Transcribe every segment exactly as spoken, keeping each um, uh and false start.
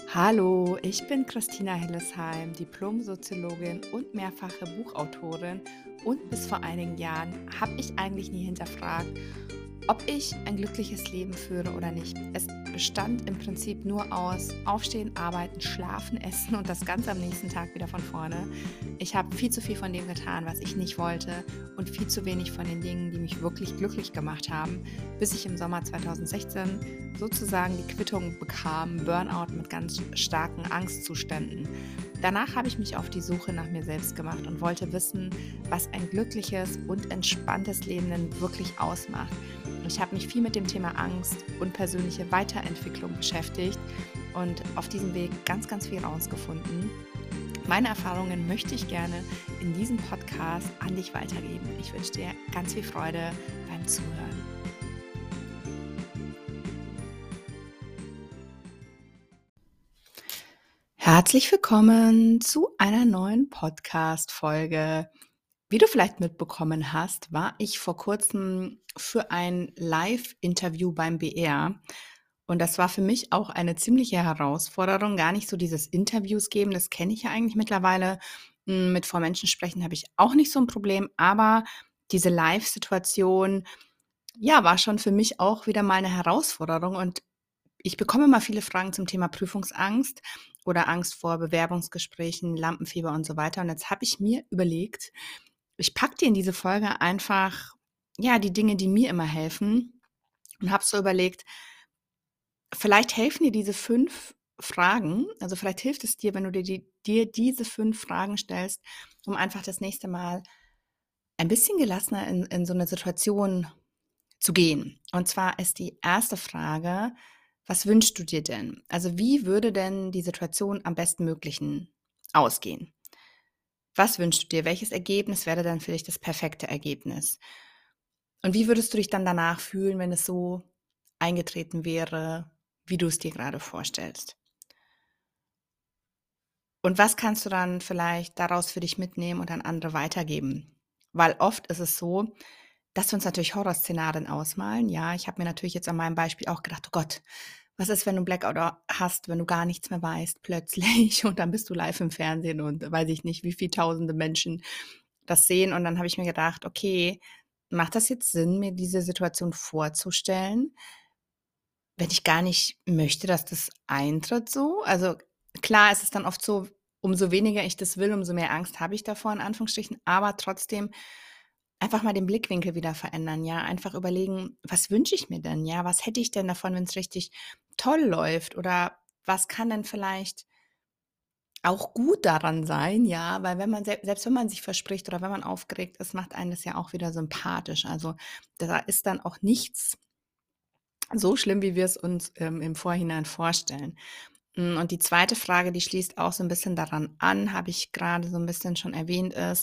Hallo, ich bin Christina Hillesheim, Diplom-Soziologin und mehrfache Buchautorin. Und bis vor einigen Jahren habe ich eigentlich nie hinterfragt, ob ich ein glückliches Leben führe oder nicht. Es bestand im Prinzip nur aus Aufstehen, Arbeiten, Schlafen, Essen und das Ganze am nächsten Tag wieder von vorne. Ich habe viel zu viel von dem getan, was ich nicht wollte und viel zu wenig von den Dingen, die mich wirklich glücklich gemacht haben, bis ich im Sommer zweitausendsechzehn sozusagen die Quittung bekam, Burnout mit ganz starken Angstzuständen. Danach habe ich mich auf die Suche nach mir selbst gemacht und wollte wissen, was ein glückliches und entspanntes Leben denn wirklich ausmacht. Ich habe mich viel mit dem Thema Angst und persönliche Weiterentwicklung beschäftigt und auf diesem Weg ganz, ganz viel rausgefunden. Meine Erfahrungen möchte ich gerne in diesem Podcast an dich weitergeben. Ich wünsche dir ganz viel Freude beim Zuhören. Herzlich willkommen zu einer neuen Podcast-Folge. Wie du vielleicht mitbekommen hast, war ich vor kurzem für ein Live-Interview beim B R. Und das war für mich auch eine ziemliche Herausforderung. Gar nicht so dieses Interviews geben, das kenne ich ja eigentlich mittlerweile. Hm, Mit vor Menschen sprechen habe ich auch nicht so ein Problem. Aber diese Live-Situation, ja, war schon für mich auch wieder mal eine Herausforderung. Und ich bekomme immer viele Fragen zum Thema Prüfungsangst oder Angst vor Bewerbungsgesprächen, Lampenfieber und so weiter. Und jetzt habe ich mir überlegt, ich packe dir in diese Folge einfach, ja, die Dinge, die mir immer helfen und habe so überlegt, vielleicht helfen dir diese fünf Fragen, also vielleicht hilft es dir, wenn du dir, die, dir diese fünf Fragen stellst, um einfach das nächste Mal ein bisschen gelassener in, in so eine Situation zu gehen. Und zwar ist die erste Frage, was wünschst du dir denn? Also wie würde denn die Situation am bestmöglichen ausgehen? Was wünschst du dir? Welches Ergebnis wäre dann für dich das perfekte Ergebnis? Und wie würdest du dich dann danach fühlen, wenn es so eingetreten wäre, wie du es dir gerade vorstellst? Und was kannst du dann vielleicht daraus für dich mitnehmen und an andere weitergeben? Weil oft ist es so, dass wir uns natürlich Horrorszenarien ausmalen. Ja, ich habe mir natürlich jetzt an meinem Beispiel auch gedacht: „Oh Gott, was ist, wenn du 'n Blackout a hast, wenn du gar nichts mehr weißt plötzlich und dann bist du live im Fernsehen und weiß ich nicht, wie viel tausende Menschen das sehen.“ Und dann habe ich mir gedacht: „Okay, macht das jetzt Sinn, mir diese Situation vorzustellen, wenn ich gar nicht möchte, dass das eintritt so?“ Also, klar, es ist dann oft so, umso weniger ich das will, umso mehr Angst habe ich davor in Anführungsstrichen, aber trotzdem einfach mal den Blickwinkel wieder verändern, ja? Einfach überlegen: „Was wünsche ich mir denn, ja? Was hätte ich denn davon, wenn es richtig toll läuft? Oder was kann denn vielleicht auch gut daran sein?“ Ja, weil wenn man sel selbst wenn man sich verspricht oder wenn man aufgeregt ist, macht einen das ja auch wieder sympathisch. Also, da ist dann auch nichts so schlimm, wie wir es uns, ähm, im Vorhinein vorstellen. Hm, und die zweite Frage, die schließt auch so ein bisschen daran an, habe ich gerade so ein bisschen schon erwähnt, ist: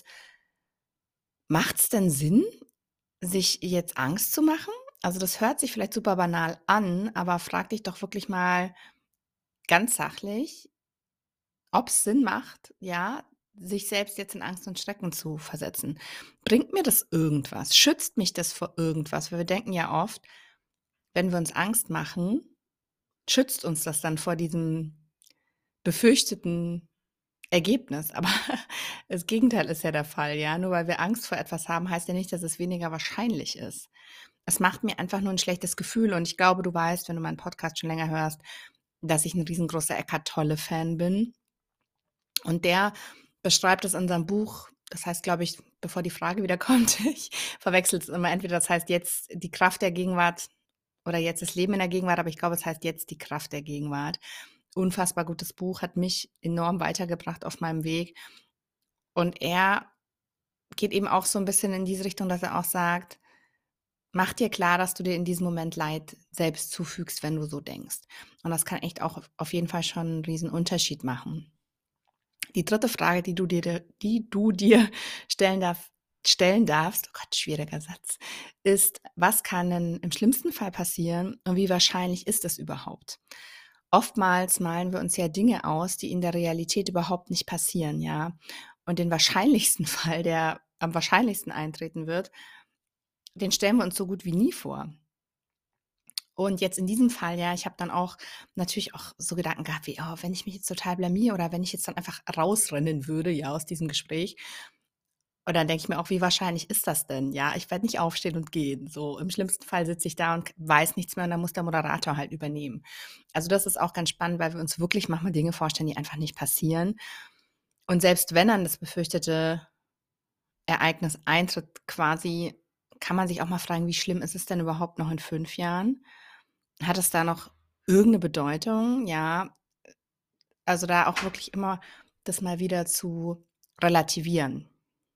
Macht's denn Sinn, sich jetzt Angst zu machen? Also, das hört sich vielleicht super banal an, aber frag dich doch wirklich mal ganz sachlich, ob's Sinn macht, ja, sich selbst jetzt in Angst und Schrecken zu versetzen. Bringt mir das irgendwas? Schützt mich das vor irgendwas? Weil wir denken ja oft, wenn wir uns Angst machen, schützt uns das dann vor diesem befürchteten Ergebnis. Aber das Gegenteil ist ja der Fall, ja. Nur weil wir Angst vor etwas haben, heißt ja nicht, dass es weniger wahrscheinlich ist. Es macht mir einfach nur ein schlechtes Gefühl und ich glaube, du weißt, wenn du meinen Podcast schon länger hörst, dass ich 'n riesengroßer Eckhart Tolle-Fan bin. Und der beschreibt es in seinem Buch, das heißt, glaube ich, bevor die Frage wieder kommt, ich verwechsle es immer, entweder das heißt jetzt die Kraft der Gegenwart oder jetzt das Leben in der Gegenwart, aber ich glaube, es heißt jetzt die Kraft der Gegenwart. Unfassbar gutes Buch, hat mich enorm weitergebracht auf meinem Weg. Und er geht eben auch so 'n bisschen in diese Richtung, dass er auch sagt: „Mach dir klar, dass du dir in diesem Moment Leid selbst zufügst, wenn du so denkst.“ Und das kann echt auch auf auf jeden Fall schon 'n Riesenunterschied machen. Die dritte Frage, die du dir die du dir stellen darf stellen darfst, oh Gott, schwieriger Satz, ist: Was kann denn im schlimmsten Fall passieren und wie wahrscheinlich ist es überhaupt? Oftmals malen wir uns ja Dinge aus, die in der Realität überhaupt nicht passieren, ja? Und den wahrscheinlichsten Fall, der am wahrscheinlichsten eintreten wird, den stellen wir uns so gut wie nie vor. Und jetzt in diesem Fall, ja, ich habe dann auch natürlich auch so Gedanken gehabt wie: „Oh, wenn ich mich jetzt total blamiere oder wenn ich jetzt dann einfach rausrennen würde, ja, aus diesem Gespräch." Und dann denke ich mir auch: „Wie wahrscheinlich ist das denn?" Ja, ich werde nicht aufstehen und gehen. So, im schlimmsten Fall sitze ich da und k weiß nichts mehr und dann muss der Moderator halt übernehmen. Also, das ist auch ganz spannend, weil wir uns wirklich manchmal Dinge vorstellen, die einfach nicht passieren. Und selbst wenn dann das befürchtete Ereignis eintritt quasi, kann man sich auch mal fragen: „Wie schlimm ist es denn überhaupt noch in fünf Jahren? Hat es da noch irgendeine Bedeutung?" Ja, also, da auch wirklich immer das mal wieder zu relativieren.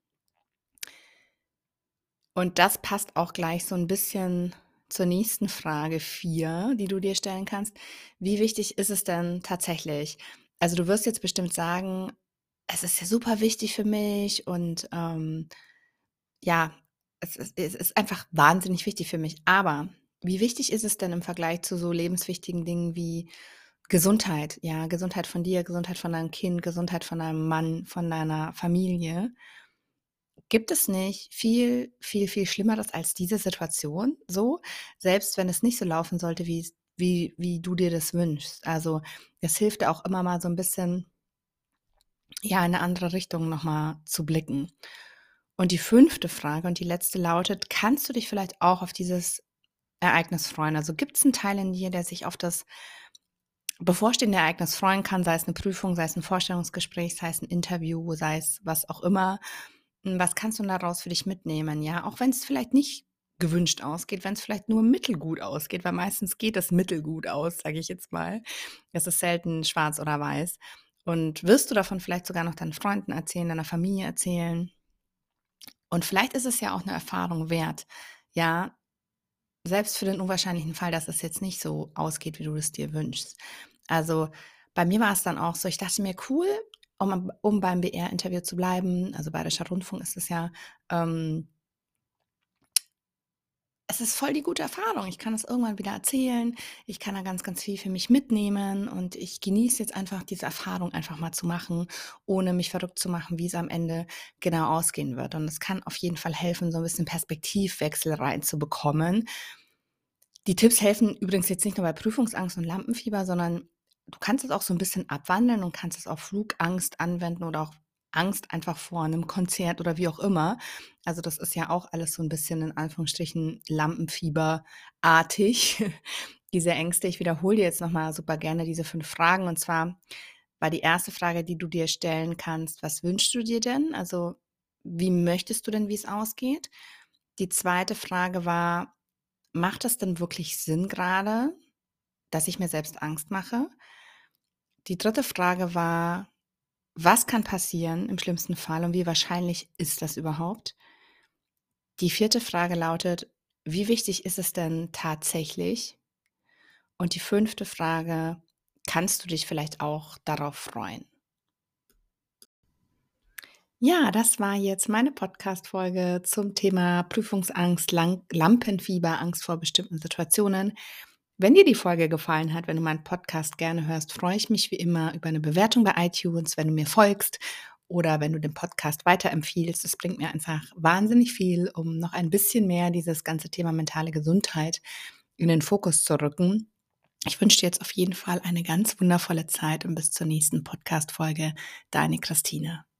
Und das passt auch gleich so ein bisschen zur nächsten Frage vier, die du dir stellen kannst. Wie wichtig ist es denn tatsächlich? Also, du wirst jetzt bestimmt sagen: „Es ist ja super wichtig für mich und, ähm, ja, es ist es ist einfach wahnsinnig wichtig für mich." Aber wie wichtig ist es denn im Vergleich zu so lebenswichtigen Dingen wie Gesundheit? Ja, Gesundheit von dir, Gesundheit von deinem Kind, Gesundheit von deinem Mann, von deiner Familie. Gibt es nicht viel, viel, viel Schlimmeres als diese Situation so, selbst wenn es nicht so laufen sollte, wie's wie wie du dir das wünschst? Also, es hilft auch immer mal so ein bisschen, ja, in 'ne andere Richtung noch mal zu blicken. Und die fünfte Frage und die letzte lautet: Kannst du dich vielleicht auch auf dieses Ereignis freuen? Also, gibt es einen Teil in dir, der sich auf das bevorstehende Ereignis freuen kann, sei es eine Prüfung, sei es ein Vorstellungsgespräch, sei es ein Interview, sei es was auch immer. Hm, was kannst du daraus für dich mitnehmen, ja? Auch wenn es vielleicht nicht gewünscht ausgeht, wenn es vielleicht nur mittelgut ausgeht, weil meistens geht es mittelgut aus, sage ich jetzt mal. Es ist selten schwarz oder weiß. Und wirst du davon vielleicht sogar noch deinen Freunden erzählen, deiner Familie erzählen? Und vielleicht ist es ja auch eine Erfahrung wert, ja, selbst für den unwahrscheinlichen Fall, dass es jetzt nicht so ausgeht, wie du es dir wünschst. Also, bei mir war es dann auch so, ich dachte mir: „Cool", um um beim B R-Interview zu bleiben, also Bayerischer Rundfunk ist es ja, ähm, es ist voll die gute Erfahrung. Ich kann es irgendwann wieder erzählen. Ich kann da ganz, ganz viel für mich mitnehmen und ich genieße jetzt einfach diese Erfahrung einfach mal zu machen, ohne mich verrückt zu machen, wie es am Ende genau ausgehen wird. Und es kann auf jeden Fall helfen, so ein bisschen Perspektivwechsel reinzubekommen. Die Tipps helfen übrigens jetzt nicht nur bei Prüfungsangst und Lampenfieber, sondern du kannst es auch so 'n bisschen abwandeln und kannst es auf Flugangst anwenden oder auch Angst einfach vor 'nem Konzert oder wie auch immer. Also, das ist ja auch alles so 'n bisschen in Anführungsstrichen Lampenfieberartig, diese Ängste. Ich wiederhole dir jetzt noch mal super gerne diese fünf Fragen. Und zwar war die erste Frage, die du dir stellen kannst: „Was wünschst du dir denn?" Also, wie möchtest du denn, wie's ausgeht? Die zweite Frage war: Macht es denn wirklich Sinn grade, dass ich mir selbst Angst mache? Die dritte Frage war: Was kann passieren im schlimmsten Fall und wie wahrscheinlich ist das überhaupt? Die vierte Frage lautet: Wie wichtig ist es denn tatsächlich? Und die fünfte Frage: Kannst du dich vielleicht auch darauf freuen? Ja, das war jetzt meine Podcast-Folge zum Thema Prüfungsangst, Lang Lampenfieber, Angst vor bestimmten Situationen. Wenn dir die Folge gefallen hat, wenn du meinen Podcast gerne hörst, freue ich mich wie immer über eine Bewertung bei iTunes, wenn du mir folgst oder wenn du den Podcast weiterempfiehlst. Das bringt mir einfach wahnsinnig viel, um noch ein bisschen mehr dieses ganze Thema mentale Gesundheit in den Fokus zu rücken. Ich wünsche dir jetzt auf jeden Fall eine ganz wundervolle Zeit und bis zur nächsten Podcast-Folge. Deine Christine.